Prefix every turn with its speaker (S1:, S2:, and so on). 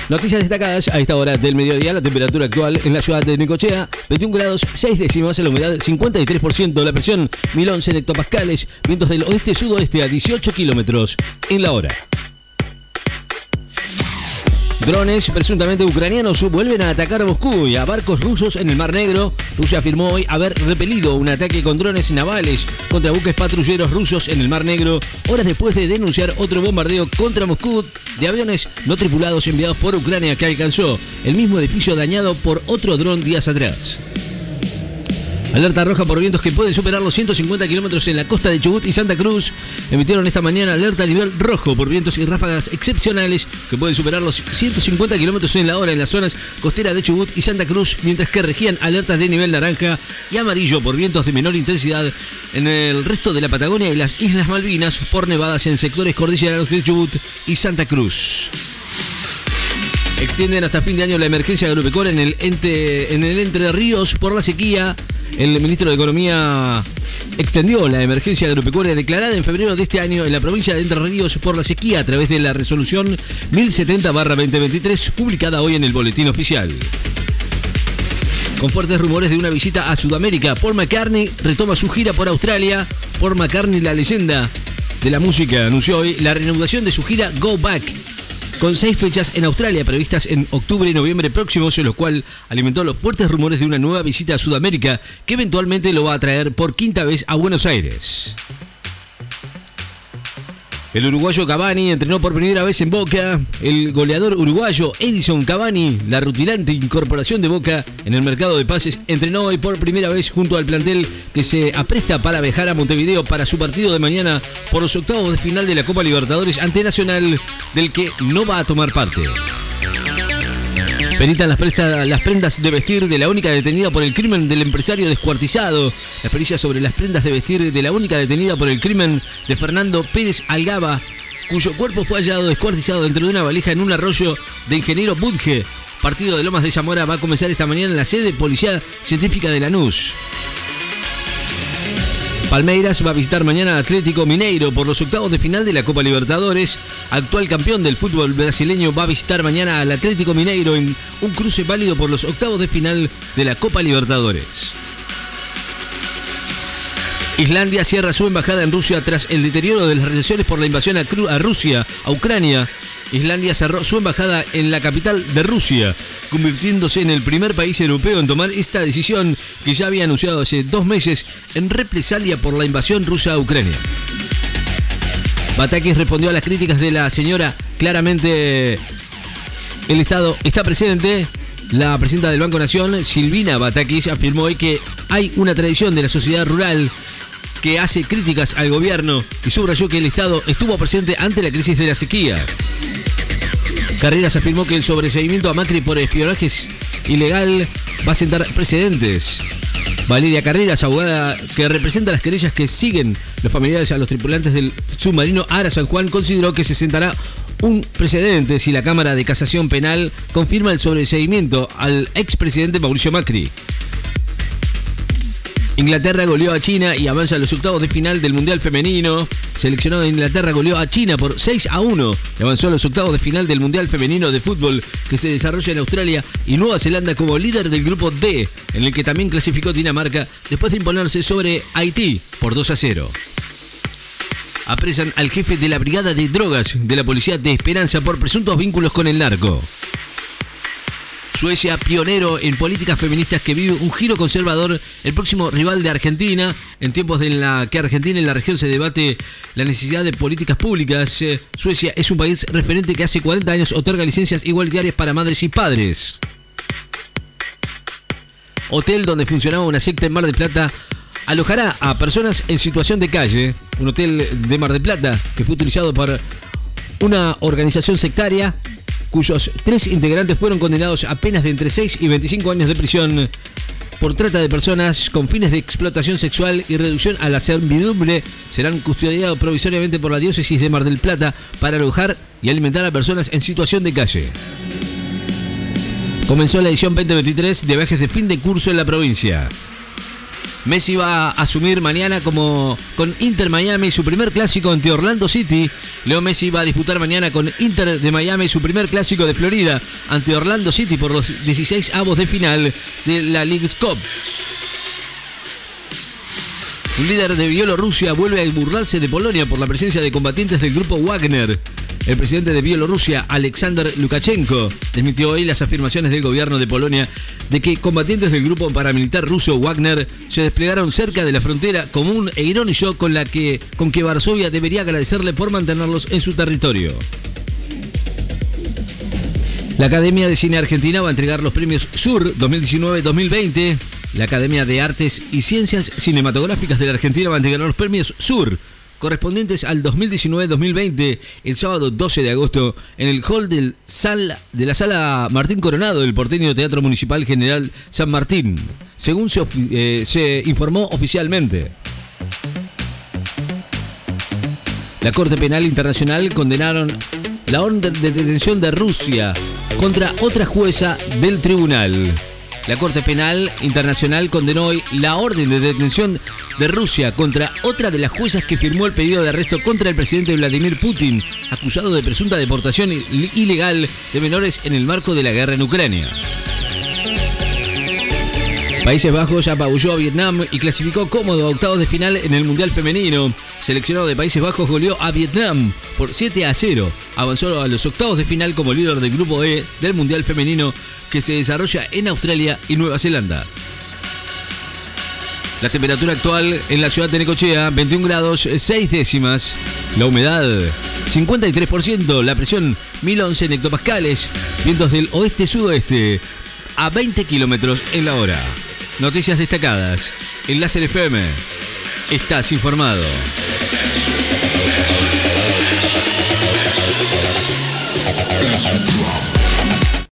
S1: Noticias destacadas a esta hora del mediodía. La temperatura actual en la ciudad de Necochea, 21 grados 6 décimas, la humedad 53%, la presión 1011 hectopascales, vientos del oeste-sudoeste a 18 kilómetros en la hora. Drones presuntamente ucranianos vuelven a atacar a Moscú y a barcos rusos en el Mar Negro. Rusia afirmó hoy haber repelido un ataque con drones navales contra buques patrulleros rusos en el Mar Negro, horas después de denunciar otro bombardeo contra Moscú de aviones no tripulados enviados por Ucrania que alcanzó el mismo edificio dañado por otro dron días atrás. Alerta roja por vientos que pueden superar los 150 kilómetros en la costa de Chubut y Santa Cruz. Emitieron esta mañana alerta a nivel rojo por vientos y ráfagas excepcionales que pueden superar los 150 kilómetros en la hora en las zonas costeras de Chubut y Santa Cruz, mientras que regían alertas de nivel naranja y amarillo por vientos de menor intensidad en el resto de la Patagonia y las Islas Malvinas por nevadas en sectores cordilleranos de Chubut y Santa Cruz. Extienden hasta fin de año la emergencia agropecuaria en el Entre Ríos por la sequía. El ministro de Economía extendió la emergencia agropecuaria declarada en febrero de este año en la provincia de Entre Ríos por la sequía a través de la resolución 1070/2023 publicada hoy en el Boletín Oficial. Con fuertes rumores de una visita a Sudamérica, Paul McCartney retoma su gira por Australia. Paul McCartney, la leyenda de la música, anunció hoy la reanudación de su gira Go Back, con 6 fechas en Australia previstas en octubre y noviembre próximos, en lo cual alimentó los fuertes rumores de una nueva visita a Sudamérica que eventualmente lo va a traer por quinta vez a Buenos Aires. El uruguayo Cavani entrenó por primera vez en Boca. El goleador uruguayo Edison Cavani, la rutilante incorporación de Boca en el mercado de pases, entrenó hoy por primera vez junto al plantel que se apresta para viajar a Montevideo para su partido de mañana por los octavos de final de la Copa Libertadores ante Nacional, del que no va a tomar parte. Peritan las prendas de vestir de la única detenida por el crimen del empresario descuartizado. La pericia sobre las prendas de vestir de la única detenida por el crimen de Fernando Pérez Algaba, cuyo cuerpo fue hallado descuartizado dentro de una valija en un arroyo de Ingeniero Budge, partido de Lomas de Zamora, va a comenzar esta mañana en la sede Policía Científica de Lanús. Palmeiras va a visitar mañana a Atlético Mineiro por los octavos de final de la Copa Libertadores. Actual campeón del fútbol brasileño va a visitar mañana al Atlético Mineiro en un cruce válido por los octavos de final de la Copa Libertadores. Islandia cierra su embajada en Rusia tras el deterioro de las relaciones por la invasión a Ucrania. Islandia cerró su embajada en la capital de Rusia, convirtiéndose en el primer país europeo en tomar esta decisión que ya había anunciado hace 2 meses en represalia por la invasión rusa a Ucrania. Batakis respondió a las críticas de la señora. Claramente el Estado está presente. La presidenta del Banco Nación, Silvina Batakis, afirmó hoy que hay una tradición de la sociedad rural que hace críticas al gobierno y subrayó que el Estado estuvo presente ante la crisis de la sequía. Carreras afirmó que el sobreseimiento a Macri por espionaje ilegal va a sentar precedentes. Valeria Carreras, abogada que representa las querellas que siguen los familiares a los tripulantes del submarino Ara San Juan, consideró que se sentará un precedente si la Cámara de Casación Penal confirma el sobreseimiento al expresidente Mauricio Macri. Inglaterra goleó a China y avanza a los octavos de final del Mundial Femenino. Seleccionado de Inglaterra goleó a China por 6-1 y avanzó a los octavos de final del Mundial Femenino de Fútbol que se desarrolla en Australia y Nueva Zelanda como líder del grupo D, en el que también clasificó Dinamarca después de imponerse sobre Haití por 2-0. Apresan al jefe de la Brigada de Drogas de la Policía de Esperanza por presuntos vínculos con el narco. Suecia, pionero en políticas feministas, que vive un giro conservador, el próximo rival de Argentina, en tiempos en la que Argentina y la región se debate la necesidad de políticas públicas. Suecia es un país referente que hace 40 años otorga licencias igualitarias para madres y padres. Hotel donde funcionaba una secta en Mar del Plata alojará a personas en situación de calle. Un hotel de Mar del Plata que fue utilizado por una organización sectaria, cuyos 3 integrantes fueron condenados a penas de entre 6 y 25 años de prisión por trata de personas con fines de explotación sexual y reducción a la servidumbre. Serán custodiados provisoriamente por la diócesis de Mar del Plata para alojar y alimentar a personas en situación de calle. Comenzó la edición 2023 de viajes de fin de curso en la provincia. Messi va a asumir mañana con Inter Miami su primer clásico ante Orlando City. Leo Messi va a disputar mañana con Inter de Miami su primer clásico de Florida ante Orlando City por los 16avos de final de la Leagues Cup. Un líder de Bielorrusia vuelve a burlarse de Polonia por la presencia de combatientes del grupo Wagner. El presidente de Bielorrusia, Alexander Lukashenko, desmintió hoy las afirmaciones del gobierno de Polonia de que combatientes del grupo paramilitar ruso Wagner se desplegaron cerca de la frontera común e ironizó con que Varsovia debería agradecerle por mantenerlos en su territorio. La Academia de Cine Argentina va a entregar los premios SUR 2019-2020. La Academia de Artes y Ciencias Cinematográficas de la Argentina va a entregar los premios SUR correspondientes al 2019-2020 el sábado 12 de agosto en el hall de la Sala Martín Coronado del porteño Teatro Municipal General San Martín, según se informó oficialmente. La Corte Penal Internacional condenaron la orden de detención de Rusia contra otra jueza del tribunal. La Corte Penal Internacional condenó hoy la orden de detención de Rusia contra otra de las juezas que firmó el pedido de arresto contra el presidente Vladimir Putin, acusado de presunta deportación ilegal de menores en el marco de la guerra en Ucrania. Países Bajos apabulló a Vietnam y clasificó cómodo a octavos de final en el Mundial Femenino. Seleccionado de Países Bajos goleó a Vietnam por 7-0. Avanzó a los octavos de final como líder del Grupo E del Mundial Femenino que se desarrolla en Australia y Nueva Zelanda. La temperatura actual en la ciudad de Necochea, 21 grados 6 décimas. La humedad, 53%. La presión, 1011 hectopascales. Vientos del oeste-sudoeste a 20 kilómetros en la hora. Noticias destacadas en Láser FM. Estás informado.
S2: As you drop.